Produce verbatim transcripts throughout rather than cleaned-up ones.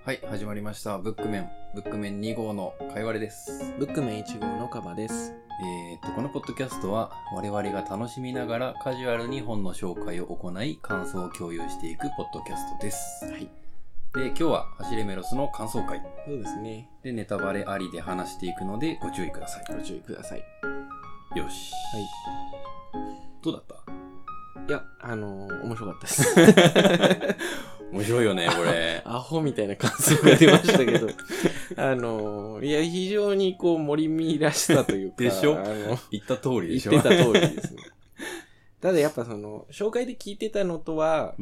はい、始まりました。ブックメン、ブックメンに号のかいわれです。 ブックメンいち号のカバです。 えー、っと、このポッドキャストは我々が楽しみながらカジュアルに本の紹介を行い、感想を共有していくポッドキャストです。 はい。 で、今日は走れメロスの感想会。 そうですね。 で、ネタバレありで話していくのでご注意ください。 ご注意ください。 よし。 はい。 どうだった？ いや、あのー、面白かったです。 面白いよね、これ。 アホみたいな感想が出ましたけど。あのー、いや、非常にこう、盛り見らしたというか。 でしょ？ あの、 言った通りでしょ？ 言ってた通りですね。ただやっぱその、紹介で聞いてたのとは、うん、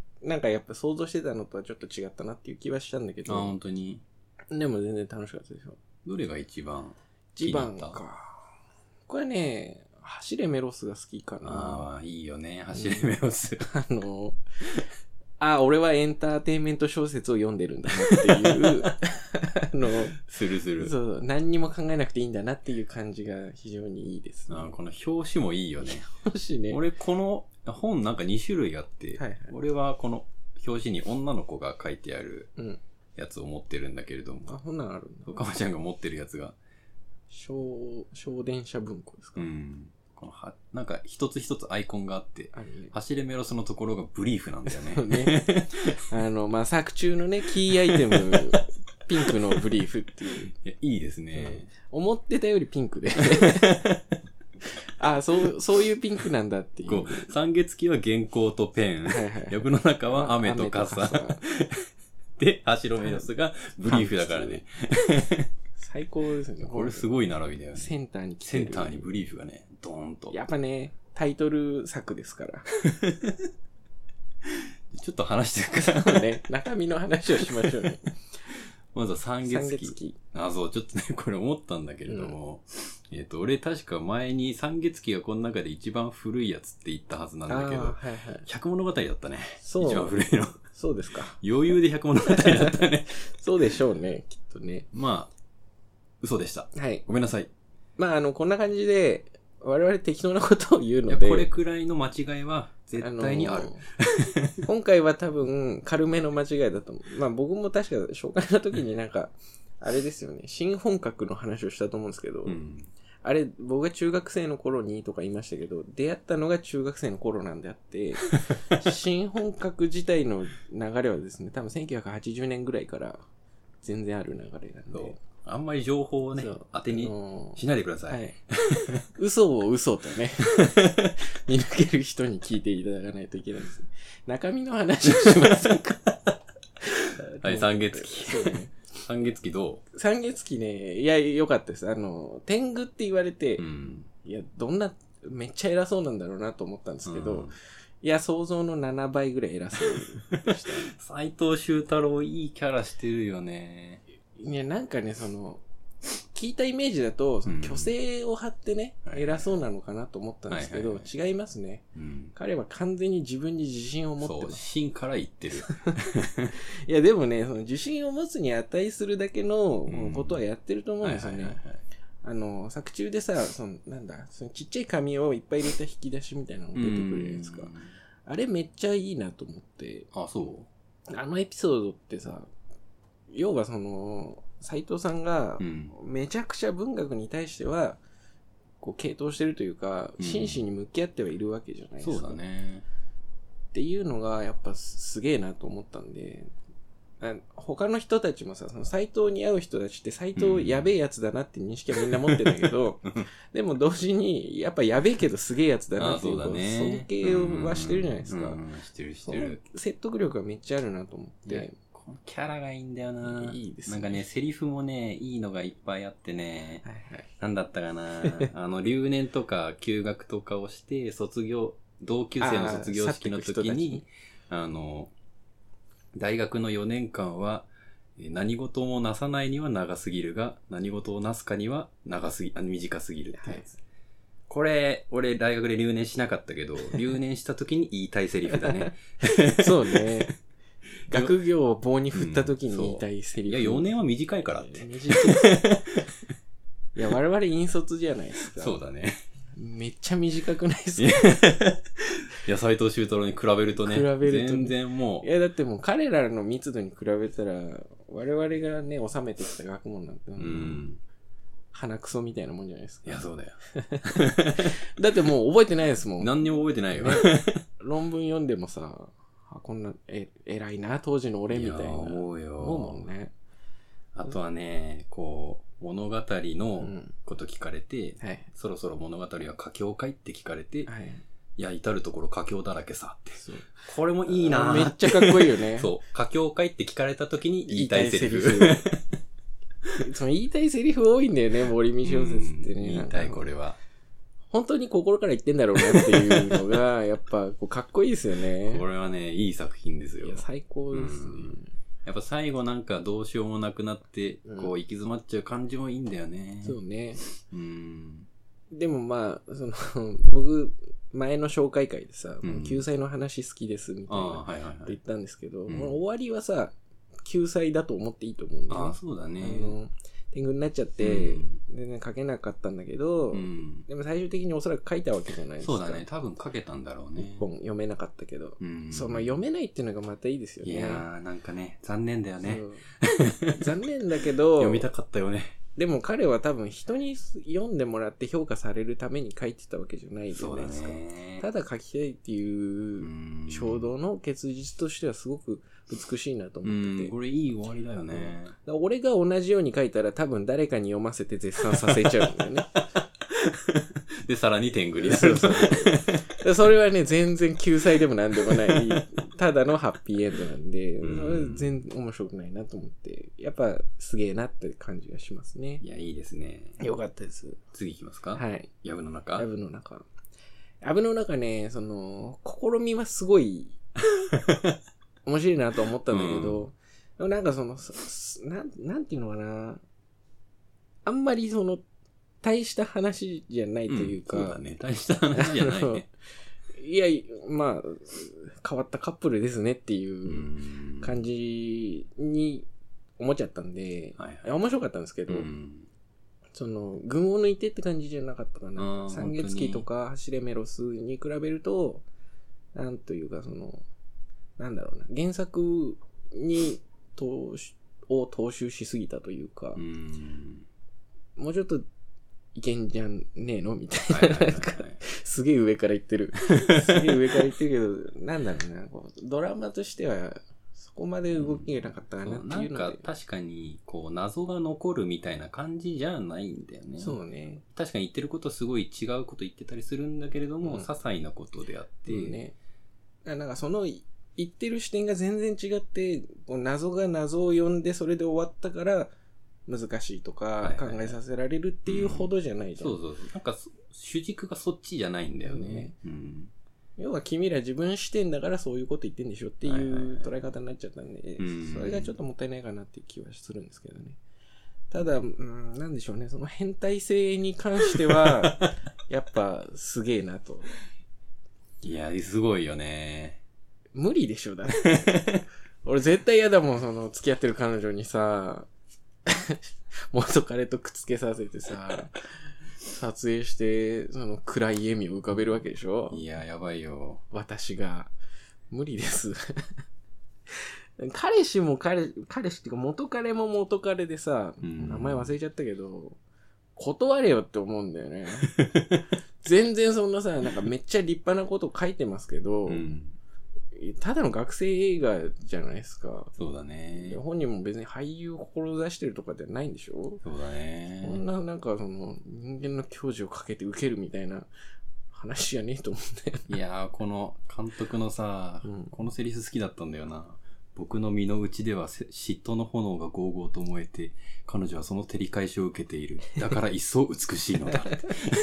なんかやっぱ想像してたのとはちょっと違ったなっていう気はしたんだけど。 あ、本当に？ でも全然楽しかったでしょ。 どれが一番一番か。これね、走れメロスが好きかな。 ああ、いいよね、走れメロス。 うん、あの、あ、俺はエンターテインメント小説を読んでるんだなっていう、あの、 するする。 そう、何にも考えなくていいんだなっていう感じが非常にいいですね。 あ、この表紙もいいよね。 表紙ね。 俺この本なんかに種類あって、はいはい、俺はこの表紙に女の子が書いてあるやつを持ってるんだけれども。 うん、あ、こんなのあるんだ。 かまちゃんが持ってるやつが。 小、小電車文庫ですか？ うん。このはなんか一つ一つアイコンがあって、あるね、走れメロスのところがブリーフなんだよね。 ねあの、まあ、作中のね、キーアイテム、ピンクのブリーフっていう。 いや、いいですね。 うん、思ってたよりピンクで。あ、そう、そういうピンクなんだっていう。 こう、三月期は原稿とペン。はいはい、藪の中は雨と傘。で、走れメロスがブリーフだからね。 最高ですね。 これすごい並びだよね。 センターに来てる。センターにブリーフがね、ドーンと。 やっぱね、タイトル作ですから。 ちょっと話してくださいね。中身の話をしましょうね。 まずは三月期。三月期。あ、そう、ちょっとね、これ思ったんだけれども、うん、えっと、俺確か前に三月期がこの中で一番古いやつって言ったはずなんだけど、はいはい、百物語だったね。そう。一番古いの。 そうですか。 余裕で百物語だったね。 そうでしょうね、きっとね。 まあ、嘘でした。はい。ごめんなさい。 まあ、あの、こんな感じで、我々適当なことを言うので。 これくらいの間違いは絶対にある。 あのー、今回は多分、軽めの間違いだと思う。まあ僕も確か紹介の時になんか、あれですよね、新本格の話をしたと思うんですけど、うん、あれ、僕が中学生の頃にとか言いましたけど、出会ったのが中学生の頃なんであって、新本格自体の流れはですね、多分せんきゅうひゃくはちじゅうねんぐらいから全然ある流れなんで。 あんまり情報をね、当てにしないでください。はい、 嘘を嘘とね、見抜ける人に聞いていただかないといけないです。中身の話をしませんか？ はい、三月期。そうね。三月期どう？三月期ね、いや、良かったです。あの、天狗って言われて、うん、いや、どんな、めっちゃ偉そうなんだろうなと思ったんですけど、うん、いや、想像のななばいぐらい偉そうでした。 斉藤修太郎いいキャラしてるよね。 いや、なんかね、その、聞いたイメージだと、その虚勢を張ってね、うん、偉そうなのかなと思ったんですけど、はいはいはい、違いますね、うん。彼は完全に自分に自信を持ってます。そう、 芯から言ってる。 いや、でもね、その自信を持つに値するだけのことはやってると思うんですよね。あの、作中でさ、その、なんだ、そのちっちゃい紙をいっぱい入れた引き出しみたいなのが出てくるじゃないですか。あれめっちゃいいなと思って。 あ、そう？ あのエピソードってさ、要はその、斉藤さんが、めちゃくちゃ文学に対しては、こう、傾倒してるというか、うん、真摯に向き合ってはいるわけじゃないですか。 そうだね。 っていうのが、やっぱすげえなと思ったんで、あ他の人たちもさ、その斉藤に会う人たちって斉藤やべえやつだなって認識はみんな持ってるんだけど、うん、でも同時に、やっぱやべえけどすげえやつだなっていう、そうだね、尊敬はしてるじゃないですか。 うんうん、してるしてる。 説得力がめっちゃあるなと思って。 キャラがいいんだよな。 いいですね。 なんかね、セリフもね、いいのがいっぱいあってね。はいはい、なんだったかな。あの、留年とか休学とかをして、卒業、同級生の卒業式の時に、あの、大学のよねんかんは、何事もなさないには長すぎるが、何事をなすかには長すぎ、あ短すぎるってやつ。はい、これ、俺大学で留年しなかったけど、留年した時に言いたいセリフだね。 そうね。学業を棒に振った時に言いたいセリフ、 うん、いや、よねんは短いからって。短い。いや、我々引率じゃないですか。 そうだね。 めっちゃ短くないですか？ いや、斎藤修太郎に比べるとね。比べると、ね。全然もう。いや、だってもう彼らの密度に比べたら、我々がね、収めてきた学問なんて、うん。鼻くそみたいなもんじゃないですか。 いや、そうだよ。 だってもう覚えてないですもん。 何にも覚えてないよ。ね、 論文読んでもさ、あ、こんな、え、偉いな、当時の俺みたいな。いや、 思うよ。 思うもんね。 あとはね、こう、物語のこと聞かれて、うんはい、そろそろ物語は佳境かいって聞かれて、はい、いや、至るところ佳境だらけさって。これもいいなめっちゃかっこいいよね。 そう。佳境かいって聞かれた時に言いたいセリフ。 その言いたいセリフ多いんだよね、森見小説ってね。 言いたい、これは。 本当に心から言ってんだろうなっていうのが、やっぱこうかっこいいですよね。 これはね、いい作品ですよ。 いや、最高ですね。 やっぱ最後なんかどうしようもなくなって、こう行き詰まっちゃう感じもいいんだよね。 そうね。 うん。 でもまあ、その、僕、前の紹介会でさ、うん、救済の話好きですみたいなって言ったんですけど、はいはいはい、終わりはさ、救済だと思っていいと思うんだよね。 ああ、そうだね。 あの天狗になっちゃって、うん、全然書けなかったんだけど、うん、でも最終的におそらく書いたわけじゃないですか。 そうだね。多分書けたんだろうね。 一本読めなかったけど。 うん、 そう、まあ読めないっていうのがまたいいですよね。 いやー、なんかね、残念だよね。 残念だけど、 読みたかったよね。 でも彼は多分人に読んでもらって評価されるために書いてたわけじゃないじゃないですか。ただ書きたいっていう衝動の結実としてはすごく美しいなと思ってて。 これいい終わりだよね。 うん、俺が同じように書いたら多分誰かに読ませて絶賛させちゃうんだよね。 で、さらに天狗になる。 そうそうそれはね、全然救済でもなんでもない、ただのハッピーエンドなんで、うん、それ全然面白くないなと思って、やっぱすげえなって感じがしますね。 いや、いいですね。 よかったです。 次行きますか。 はい。 やぶの中。 やぶの中。やぶの中ね、その、試みはすごい、面白いなと思ったんだけど、うん、なんかその、なん、なんていうのかな、あんまりその、大した話じゃないというか、 うん、そうだね。大した話じゃないね。 いや、まあ、変わったカップルですねっていう感じに思っちゃったんで、はいはい、面白かったんですけど、うん、その、群を抜いてって感じじゃなかったかな。三月期とか走れメロスに比べると、なんというかその、なんだろうな、原作に投を踏襲しすぎたというか、うん、もうちょっといけんじゃんねえのみたいな、なんか、すげえ上から言ってる。すげえ上から言ってるけど、なんだろうな、こうドラマとしては、そこまで動きがなかったかなっていうので、うん、 なんか確かに、こう、謎が残るみたいな感じじゃないんだよね。 そうね。 確かに言ってることすごい違うこと言ってたりするんだけれども、うん、些細なことであって。 うんね。なんかその、言ってる視点が全然違って、こう謎が謎を呼んでそれで終わったから、難しいとか考えさせられるっていうほどじゃないじゃん。 うん、そうそうそう。なんか主軸がそっちじゃないんだよね。うん、 要は君ら自分視点だからそういうこと言ってんでしょっていう捉え方になっちゃったんで、はいはいはい、それがちょっともったいないかなっていう気はするんですけどね。ただ、うん、なんでしょうね。その変態性に関しては、やっぱすげえなと。 いや、すごいよね。 無理でしょ、だって。俺絶対嫌だもん、その付き合ってる彼女にさ、元彼とくっつけさせてさ、撮影して、その暗い笑みを浮かべるわけでしょ。 いや、やばいよ。 私が。無理です。彼氏も彼、彼氏っていうか元彼も元彼でさ、うん、名前忘れちゃったけど、断れよって思うんだよね。全然そんなさ、なんかめっちゃ立派なこと書いてますけど、うん、ただの学生映画じゃないですか。 そうだね。 本人も別に俳優を志してるとかじゃないんでしょ。 そうだね。 こんななんかその人間の矜持をかけて受けるみたいな話じゃねえと思うんだよ。 いやー、この監督のさ、うん、このセリフ好きだったんだよな。僕の身の内では嫉妬の炎がゴーゴーと燃えて、彼女はその照り返しを受けている。だから一層美しいのだ。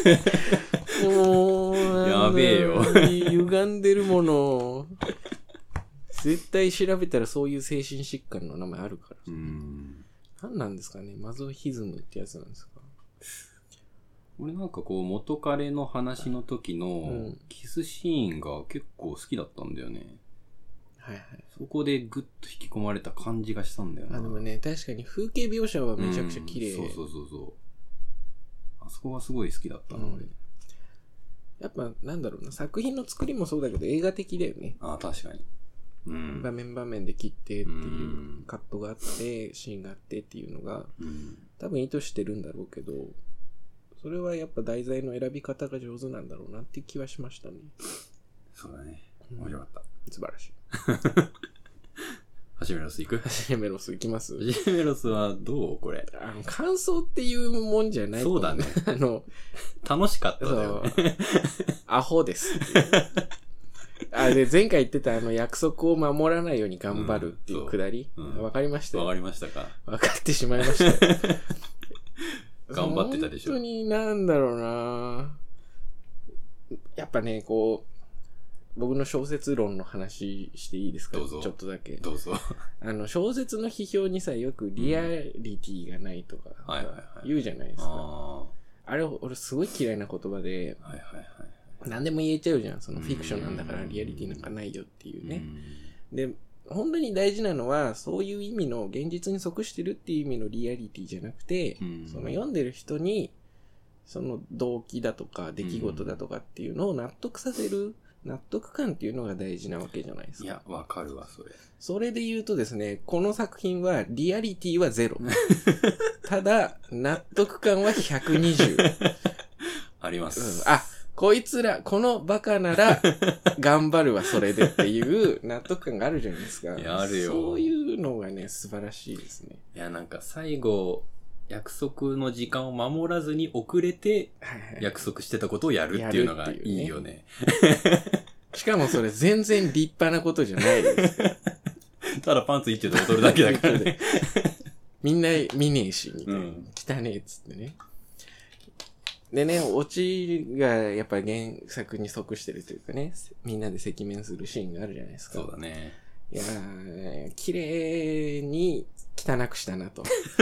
もう、 やべえよ。 歪んでるもの。絶対調べたらそういう精神疾患の名前あるから。 うーん。 何なんですかね、マゾヒズムってやつなんですか。 俺なんかこう元彼の話の時のキスシーンが結構好きだったんだよね。 はいはい。 そこでグッと引き込まれた感じがしたんだよな。 あ、でもね、確かに風景描写はめちゃくちゃ綺麗。 うん、そうそうそうそう。あそこはすごい好きだったな、うん、俺。 やっぱなんだろうな、作品の作りもそうだけど映画的だよね。 ああ、確かに。うん、 場面場面で切ってっていうカットがあってシーンがあってっていうのが、うん、多分意図してるんだろうけど、それはやっぱ題材の選び方が上手なんだろうなっていう気はしましたね。 そうだね。面白かった。 うん、素晴らしい。 ハシメロス行く？ ハシメロス行きます？ ハシメロスはどうこれ。 あの、感想っていうもんじゃない。 そうだね。 あの、 楽しかっただよね。 アホです。あ、で、前回言ってたあの約束を守らないように頑張るっていうくだり、わ、うんうん、かりましたよ。 わかりましたか？ わかってしまいました。 頑張ってたでしょ。 本当になんだろうな、やっぱね、こう、僕の小説論の話していいですか？ どうぞ。 ちょっとだけ。 どうぞ。あの、小説の批評にさ、よくリアリティがないとか言うじゃないですか。あ, あれ、俺すごい嫌いな言葉で、はいはいはい、何でも言えちゃうじゃん。そのフィクションなんだからリアリティなんかないよっていうね。で、本当に大事なのは、そういう意味の現実に即してるっていう意味のリアリティじゃなくて、その読んでる人に、その動機だとか出来事だとかっていうのを納得させる、納得感っていうのが大事なわけじゃないですか。 いや、わかるわ、それ。 それで言うとですね、この作品はリアリティはゼロ。ただ、納得感はひゃくにじゅう。 あります、 うん。あ、こいつら、このバカなら頑張るわ、それでっていう納得感があるじゃないですか。 いや、あるよ。 そういうのがね、素晴らしいですね。 いや、なんか最後、約束の時間を守らずに遅れて、約束してたことをやるっていうのがいいよね。 しかもそれ全然立派なことじゃないですから。 ただパンツ一丁で踊るだけだからね。 みんな見ねえし、みたいな。うん、汚ねえっつってね。でね、オチがやっぱ原作に即してるというかね、みんなで赤面するシーンがあるじゃないですか。 そうだね。 いやー、綺麗に汚くしたなと。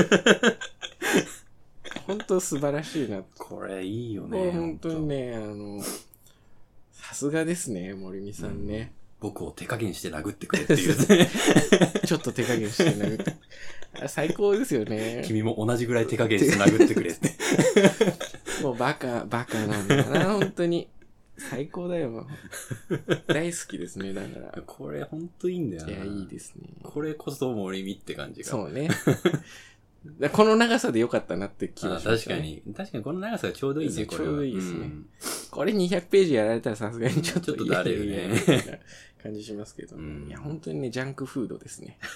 本当素晴らしいな。 これいいよね。 これ本当にね、あの、さすがですね、森美さんね。 うん、僕を手加減して殴ってくれっていうね。 ちょっと手加減して殴って。最高ですよね。 君も同じぐらい手加減して殴ってくれって。 もうバカ、バカなんだな、本当に。最高だよ。大好きですね、だから。 これほんといいんだよな。 いや、いいですね。 これこそ森見って感じが。 そうね。この長さで良かったなって気がしました、ね。 確かに。確かにこの長さがちょうどいいね、これは。 ちょうどいいですね。うん、これにひゃくページやられたらさすがにちょっと、 ちょっとだれるね。みたいな感じしますけど、ね。うん、いや、本当にね、ジャンクフードですね。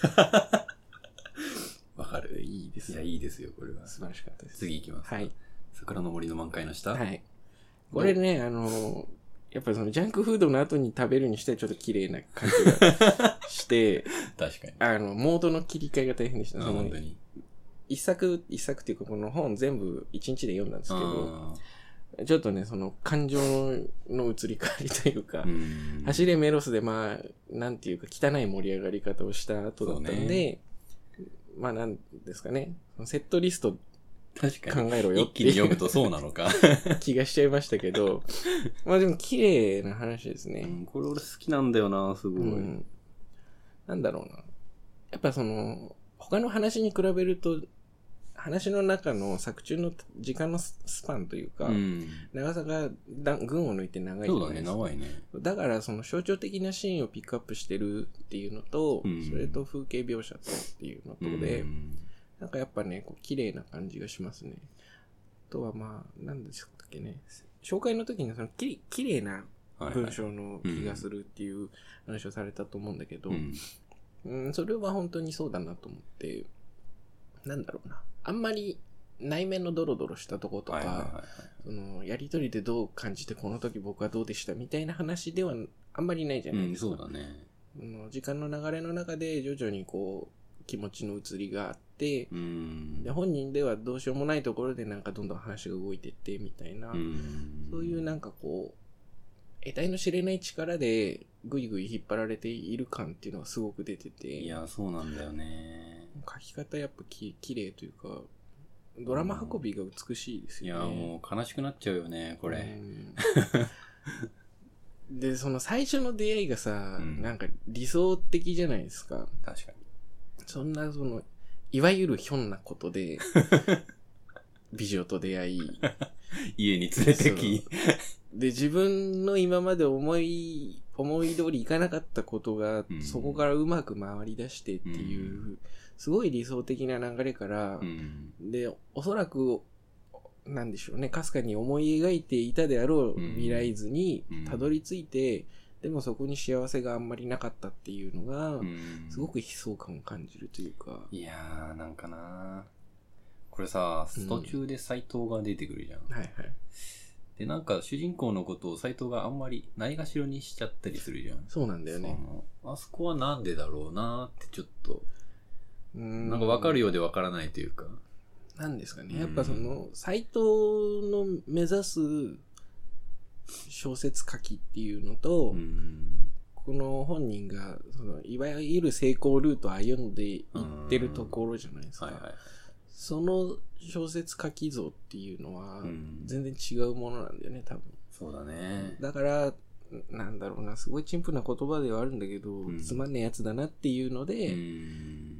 わかる。 いいです。 いや、いいですよ、これは。 素晴らしかったです。 次行きます。 はい。 桜の森の満開の下。 はい。これね、あの、やっぱりそのジャンクフードの後に食べるにしてはちょっと綺麗な感じがして、 確かに。 あの、モードの切り替えが大変でした。 その本当に。 一作、一作っていうかこの本全部一日で読んだんですけど、ちょっとね、その感情の移り変わりというか、走れメロスでまあ、なんていうか汚い盛り上がり方をした後だったんで、まあなんですかね、セットリスト確かに考えろよ一気に読むとそうなのか気がしちゃいましたけど、まあでも綺麗な話ですね、 うん、これ俺好きなんだよな、すごい、うん、 なんだろうな、やっぱその他の話に比べると話の中の作中の時間のスパンというか、うん、長さがだ群を抜いて長いじゃないですか。 そうだね、長いね。 だからその象徴的なシーンをピックアップしてるっていうのと、うん、それと風景描写とっていうのとで、うん、なんかやっぱね、こう綺麗な感じがしますね。あとはまあ、何でしたっけね。紹介の時にそのき綺麗な文章の気がするっていう話をされたと思うんだけど、うんうん、それは本当にそうだなと思って、なんだろうな。あんまり内面のドロドロしたとことか、はいはいはいはい、そのやりとりでどう感じてこの時僕はどうでしたみたいな話ではあんまりないじゃないですか。 うん、そうだね。 時間の流れの中で徐々にこう気持ちの移りがあって、うん、で本人ではどうしようもないところでなんかどんどん話が動いていってみたいな、うん、そういうなんかこう得体の知れない力でぐいぐい引っ張られている感っていうのがすごく出てて、 いやそうなんだよね。 書き方やっぱき綺麗というかドラマ運びが美しいですよね。 いやもう悲しくなっちゃうよねこれ。 でその最初の出会いがさ、うん、なんか理想的じゃないですか。 確かに。 そんなそのいわゆるひょんなことで美女と出会い家に連れてきで、自分の今まで思い、思い通りいかなかったことが、うん、そこからうまく回り出してっていう、うん、すごい理想的な流れから、うん、で、おそらく、なんでしょうね、かすかに思い描いていたであろう未来図にたどり着いて、うん、でもそこに幸せがあんまりなかったっていうのが、うん、すごく悲壮感を感じるというか。 いやー、なんかなこれさ、途中で斎藤が出てくるじゃん。うん、はいはい。で、なんか主人公のことを斎藤があんまりないがしろにしちゃったりするじゃん。 そうなんだよね。 あそこはなんでだろうなってちょっと、うん、なんか分かるようで分からないというか。 なんですかね。やっぱその、斎藤の目指す小説書きっていうのと、うん、この本人がそのいわゆる成功ルートを歩んでいってるところじゃないですか。はいはい、その小説書き像っていうのは全然違うものなんだよね、多分。 そうだね。 だから、なんだろうな、すごい陳腐な言葉ではあるんだけど、うん、つまんねえやつだなっていうので、うん、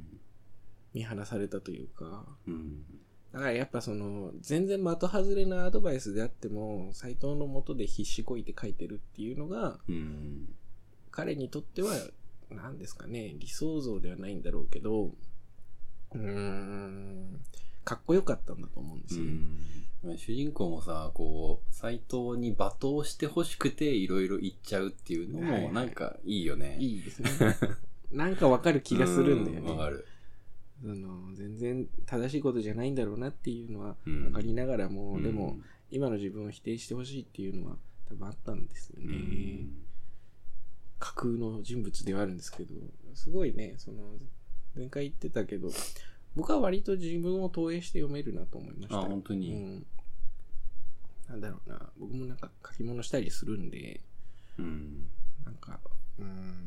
見放されたというか、うん、だからやっぱその、全然的外れなアドバイスであっても、斎藤の下で必死こいて書いてるっていうのが、うん、彼にとっては、何ですかね、理想像ではないんだろうけど、うーん、かっこよかったんだと思うんですよ、ね。 うん、主人公もさ、こう、斎藤に罵倒してほしくていろいろ言っちゃうっていうのも、なんかいいよね。はいはい、 いいですね。なんかわかる気がするんだよね。 わかる。 その全然正しいことじゃないんだろうなっていうのは分かりながらも、うん、でも今の自分を否定してほしいっていうのは多分あったんですよね、うん、架空の人物ではあるんですけど、すごいね、その前回言ってたけど僕は割と自分を投影して読めるなと思いました。 あ、本当に、うん、 なんだろうな、僕もなんか書き物したりするんで、うん、なんか、うん、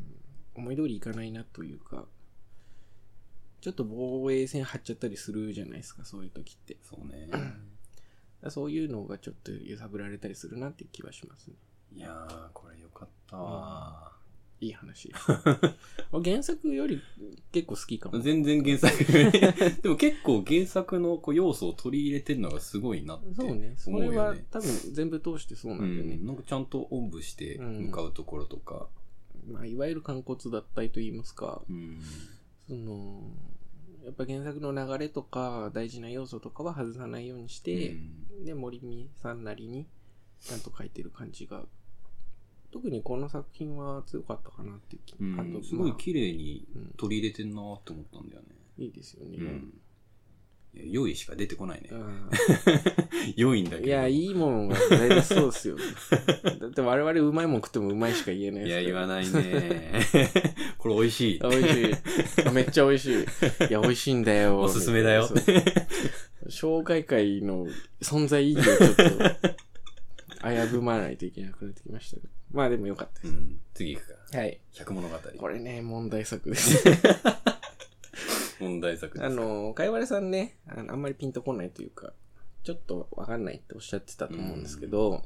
思い通りいかないなというか、ちょっと防衛線張っちゃったりするじゃないですか、そういう時って。 そうね。 そういうのがちょっと揺さぶられたりするなって気はしますね。 いやー、これよかったわ、 うん、いい話。原作より結構好きかも。 全然原作より。でも結構原作のこう要素を取り入れてるのがすごいなって思うよね。 そうね。それは多分全部通してそうなんだよね。 うん、なんかちゃんとおんぶして向かうところとか。 うん、まあ、いわゆる完骨脱退と言いますか。うん、そのやっぱ原作の流れとか大事な要素とかは外さないようにして、うん、で森美さんなりにちゃんと書いてる感じが、特にこの作品は強かったかなっていう気、 うん、あとすごい綺麗に取り入れてんなって思ったんだよね。 うん、いいですよね。うん、 いや良いしか出てこないね。良いんだけど。 いや、いいものが大体そうですよ。だって我々うまいもん食ってもうまいしか言えないですから。 いや、言わないね。これ美味しい。 美味しい。めっちゃ美味しい。いや、美味しいんだよ。 おすすめだよ。 紹介会の存在意義をちょっと危ぶまないといけなくなってきましたけど。まあでもよかったです。うん、 次行くか。 はい。 百物語。 これね、問題作です。 問題作です。 あの、かいわれさんねあの、あんまりピンとこないというか、ちょっとわかんないっておっしゃってたと思うんですけど、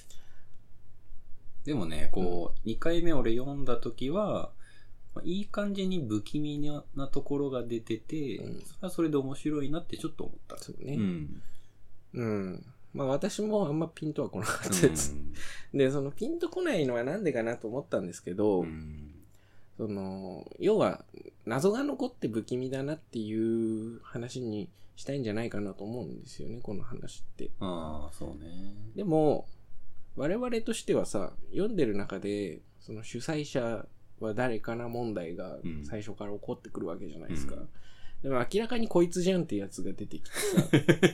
でもね、こう、うん、にかいめ俺読んだときは、まあ、いい感じに不気味なところが出てて、うん、それはそれで面白いなってちょっと思った。 そうね。うん。うん。まあ私もあんまピンとは来なかったです。うん、で、そのピンと来ないのはなんでかなと思ったんですけど、うん、その、要は謎が残って不気味だなっていう話にしたいんじゃないかなと思うんですよね、この話って。 ああ、そうね。 でも、我々としてはさ、読んでる中で、その主催者は誰かな問題が最初から起こってくるわけじゃないですか。うん、でも明らかにこいつじゃんってやつが出てきてさ、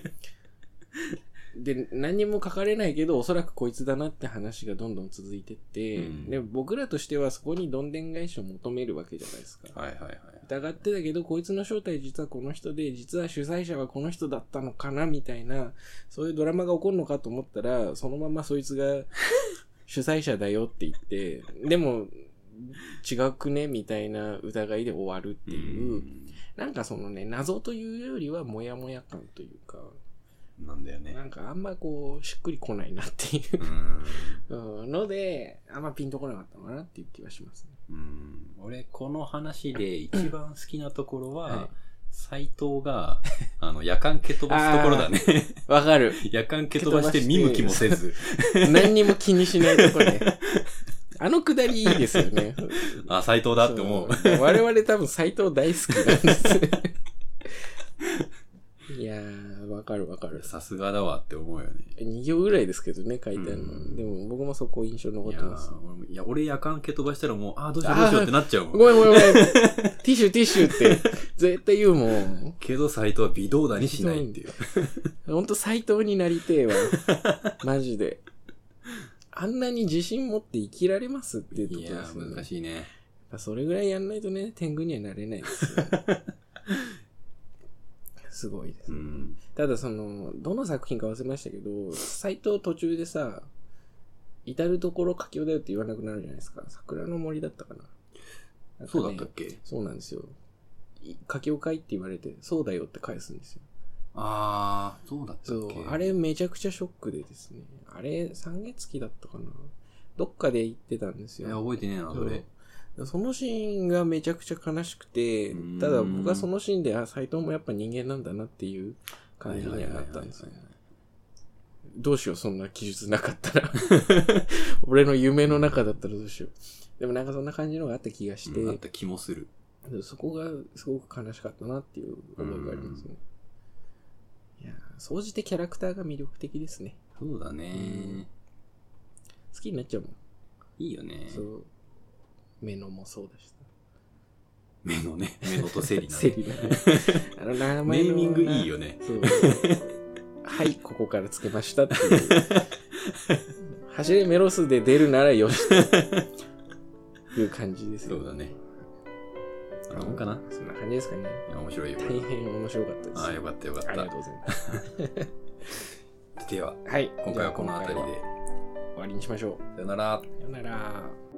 で、何にも書かれないけど、おそらくこいつだなって話がどんどん続いてって、うん、で僕らとしてはそこにどんでん返しを求めるわけじゃないですか。 はいはいはい。 疑ってたけど、こいつの正体実はこの人で、実は主催者はこの人だったのかなみたいな、そういうドラマが起こるのかと思ったら、そのままそいつが主催者だよって言って、でも違くねみたいな疑いで終わるっていう、うん、なんかそのね、謎というよりはモヤモヤ感というか、 なんだよね。 なんかあんまこうしっくりこないなっていう、うん、のであんまピンとこなかったのかなっていう気はしますね。 うん、俺この話で一番好きなところは、はい、 斎藤が、あの、夜間蹴飛ばすところだね。 わかる。 夜間蹴飛ばして見向きもせず。 何にも気にしないところね。あのくだりいいですよね。 あ、斎藤だって思う。 う我々多分斎藤大好きなんです。いやー、わかるわかる。 さすがだわって思うよね。 に行ぐらいですけどね、書いてあるの。うん、でも僕もそこ印象残ってます。 いや、俺夜間蹴飛ばしたらもう、あーどうしようどうしようってなっちゃうもん。 ごめんごめんごめん。ティッシュティッシュって絶対言うもん。 けど斎藤は微動だにしないっていう。 ほんと斎藤になりてえわ。マジで。あんなに自信持って生きられますっていうところですよね。 いや、難しいね。 それぐらいやんないとね、天狗にはなれないですよ。すごいですね、うん。ただその、どの作品か忘れましたけど、斎藤途中でさ、至るところ佳境だよって言わなくなるじゃないですか。桜の森だったかな。なんかね、 そうだったっけ？ そうなんですよ。佳境かいって言われて、そうだよって返すんですよ。 あー、そうだったっけ？ そう、あれめちゃくちゃショックでですね。あれ、三月期だったかな。どっかで言ってたんですよ。 いや、覚えてねえな、それ。 そのシーンがめちゃくちゃ悲しくて、ただ僕はそのシーンで、あ、斎藤もやっぱ人間なんだなっていう感じにはなったんですよ。どうしよう、そんな記述なかったら。俺の夢の中だったらどうしよう。でもなんかそんな感じのがあった気がして。 あった気もする。 そこがすごく悲しかったなっていう思いがありますね。いや、総じてキャラクターが魅力的ですね。 そうだね、うん。 好きになっちゃうもん。 いいよね。 そう。目のもそうだし。 目のね、目のとセリナ、ね。 セリナね。あの名前のネーミングいいよね。 そう。はい、ここからつけましたっていう。走れメロスで出るならよし。という感じですよ。 そうだね。そんなもんかな。 そんな感じですかね。 いや、面白いよ。 大変面白かったです。 ああ、よかったよかった。 ありがとうございます。 では、 はい、 今回はこの辺りで終わりにしましょう。 さよなら。 さよなら。